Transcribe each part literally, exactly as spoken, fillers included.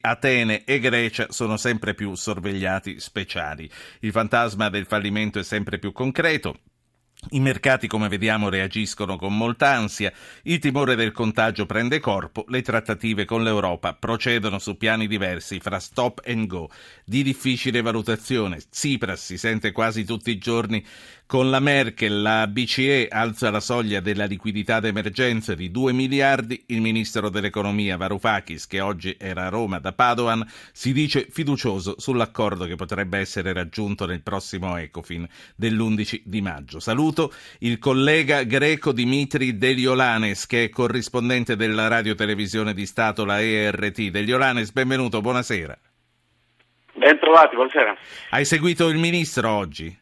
Atene e Grecia sono sempre più sorvegliati speciali. Il fantasma del fallimento è sempre più concreto. I mercati, come vediamo, reagiscono con molta ansia, il timore del contagio prende corpo, le trattative con l'Europa procedono su piani diversi fra stop and go, di difficile valutazione. Tsipras si sente quasi tutti i giorni con la Merkel, la B C E alza la soglia della liquidità d'emergenza di due miliardi, il ministro dell'economia Varoufakis, che oggi era a Roma da Padoan, si dice fiducioso sull'accordo che potrebbe essere raggiunto nel prossimo Ecofin dell'undici di maggio. Saluto il collega greco Dimitri Deliolannis, che è corrispondente della radiotelevisione di Stato, la E R T. Deliolannis, benvenuto, buonasera. Ben trovati, buonasera. Hai seguito il ministro oggi?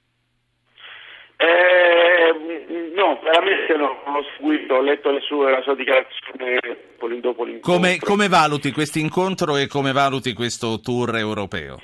Eh, no, veramente no, non l'ho seguito, ho letto le sue, la sua dichiarazione dopo l'incontro. Come, come valuti questo incontro e come valuti questo tour europeo?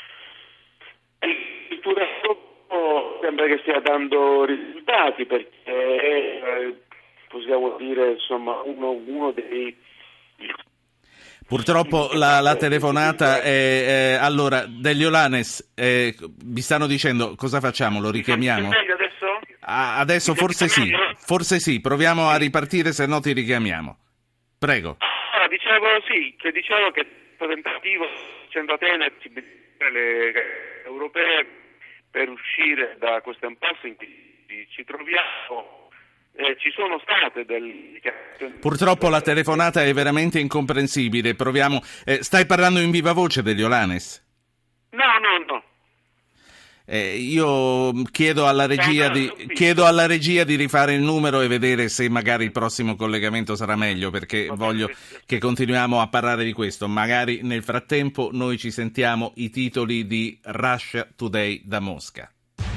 Il tour europeo sembra che stia dando risultati, perché eh, possiamo dire, insomma, uno, uno dei... Purtroppo la, la telefonata è... è allora, Deliolannis, eh, vi stanno dicendo cosa facciamo, lo richiamiamo? Adesso? Ah, adesso forse sì, forse sì, proviamo a ripartire, se no ti richiamiamo. Prego. Ah, dicevo sì, che dicevo che questo tentativo centro Atene le europee per uscire da questo impasse in cui ci troviamo. Eh, ci sono state delle... Purtroppo la telefonata è veramente incomprensibile. Proviamo. Eh, stai parlando in viva voce, Deliolannis? No, no, no. Eh, io chiedo alla regia di chiedo alla regia di rifare il numero e vedere se magari il prossimo collegamento sarà meglio, perché voglio che continuiamo a parlare di questo. Magari nel frattempo noi ci sentiamo i titoli di Russia Today da Mosca.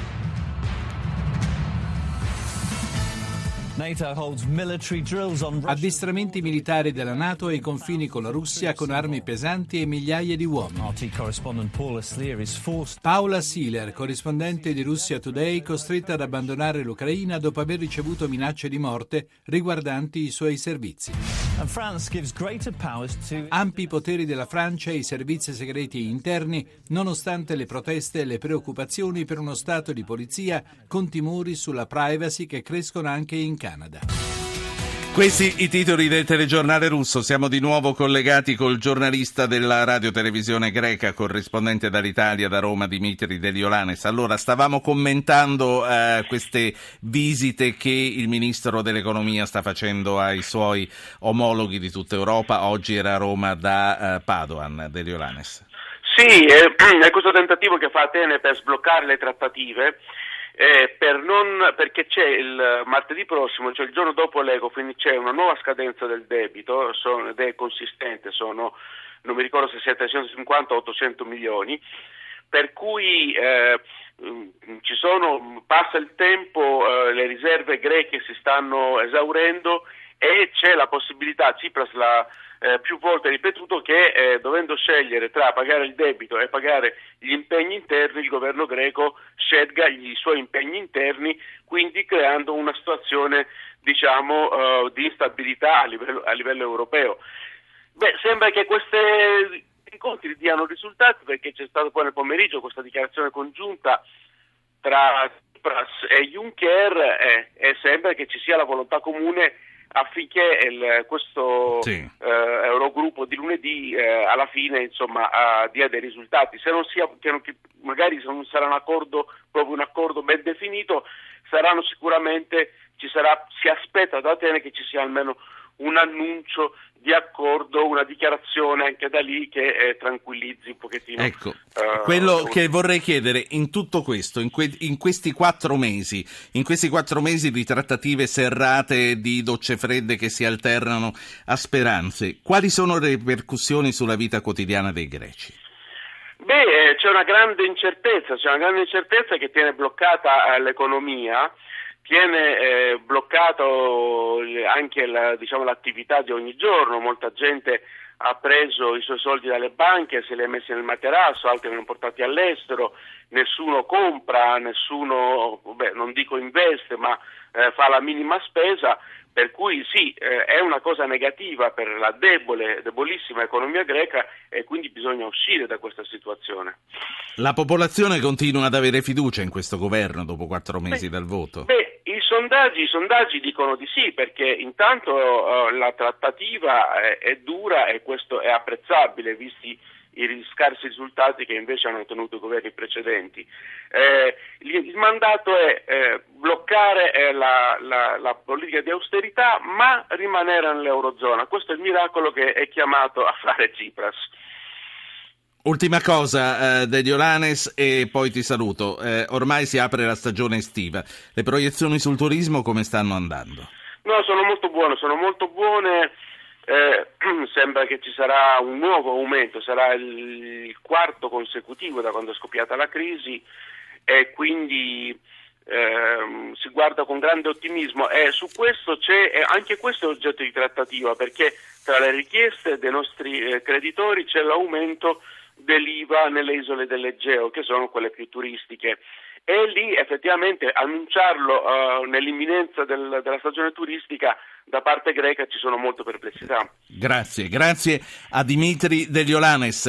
Addestramenti militari della NATO ai confini con la Russia con armi pesanti e migliaia di uomini. Paula Sieler, corrispondente di Russia Today, costretta ad abbandonare l'Ucraina dopo aver ricevuto minacce di morte riguardanti i suoi servizi. Ampi poteri della Francia ai servizi segreti interni, nonostante le proteste e le preoccupazioni per uno stato di polizia con timori sulla privacy che crescono anche in Canada. Questi i titoli del telegiornale russo. Siamo di nuovo collegati col giornalista della radiotelevisione greca, corrispondente dall'Italia, da Roma, Dimitri Deliolannis. Allora, stavamo commentando eh, queste visite che il ministro dell'economia sta facendo ai suoi omologhi di tutta Europa. Oggi era a Roma da eh, Padoan, Deliolannis. Sì, è, è questo tentativo che fa Atene per sbloccare le trattative. Eh, per non, perché c'è il martedì prossimo, cioè il giorno dopo l'Ecofin, c'è una nuova scadenza del debito, sono, ed è consistente, sono, non mi ricordo se settecentocinquanta o ottocento milioni, per cui eh, ci sono, passa il tempo, eh, le riserve greche si stanno esaurendo e c'è la possibilità, Tsipras l'ha eh, più volte ripetuto, che eh, dovendo scegliere tra pagare il debito e pagare gli impegni interni, il governo greco scelga i suoi impegni interni, quindi creando una situazione, diciamo, uh, di instabilità a livello, a livello europeo. Beh, sembra che questi incontri diano risultati, perché c'è stata poi nel pomeriggio questa dichiarazione congiunta tra Tsipras e Juncker eh, e sembra che ci sia la volontà comune affinché il, questo sì. eh, Eurogruppo di lunedì eh, alla fine, insomma, uh, dia dei risultati. Se non sia, che non, che magari se non sarà un accordo, proprio un accordo ben definito, saranno sicuramente, ci sarà, si aspetta da Atene che ci sia almeno un annuncio di accordo, una dichiarazione anche da lì che eh, tranquillizzi un pochettino. Ecco, uh, quello uh, che vorrei chiedere in tutto questo, in, que- in questi quattro mesi, in questi quattro mesi di trattative serrate, di docce fredde che si alternano a speranze, quali sono le ripercussioni sulla vita quotidiana dei greci? Beh, c'è una grande incertezza, c'è una grande incertezza che tiene bloccata eh, l'economia. Tiene eh, bloccato anche la, diciamo, l'attività di ogni giorno, molta gente ha preso i suoi soldi dalle banche, se li ha messi nel materasso, altri li hanno portati all'estero, nessuno compra, nessuno, beh, non dico investe, ma eh, fa la minima spesa, per cui sì, eh, è una cosa negativa per la debole, debolissima economia greca e quindi bisogna uscire da questa situazione. La popolazione continua ad avere fiducia in questo governo dopo quattro mesi beh, dal voto? Beh, i sondaggi, i sondaggi dicono di sì, perché intanto uh, la trattativa è, è dura e questo è apprezzabile, visti i scarsi risultati che invece hanno ottenuto i governi precedenti. Eh, il mandato è eh, bloccare eh, la, la, la politica di austerità, ma rimanere nell'Eurozona. Questo è il miracolo che è chiamato a fare Tsipras. Ultima cosa, eh, Degliolannis, e poi ti saluto. Eh, ormai si apre la stagione estiva. Le proiezioni sul turismo come stanno andando? No, sono molto buone, sono molto buone. Eh, sembra che ci sarà un nuovo aumento, sarà il, il quarto consecutivo da quando è scoppiata la crisi e quindi eh, si guarda con grande ottimismo e su questo c'è, eh, anche questo è oggetto di trattativa, perché tra le richieste dei nostri eh, creditori c'è l'aumento dell'I V A nelle isole dell'Egeo, che sono quelle più turistiche. E lì effettivamente annunciarlo uh, nell'imminenza del, della stagione turistica da parte greca ci sono molte perplessità. Grazie, grazie a Dimitri Degliolannis.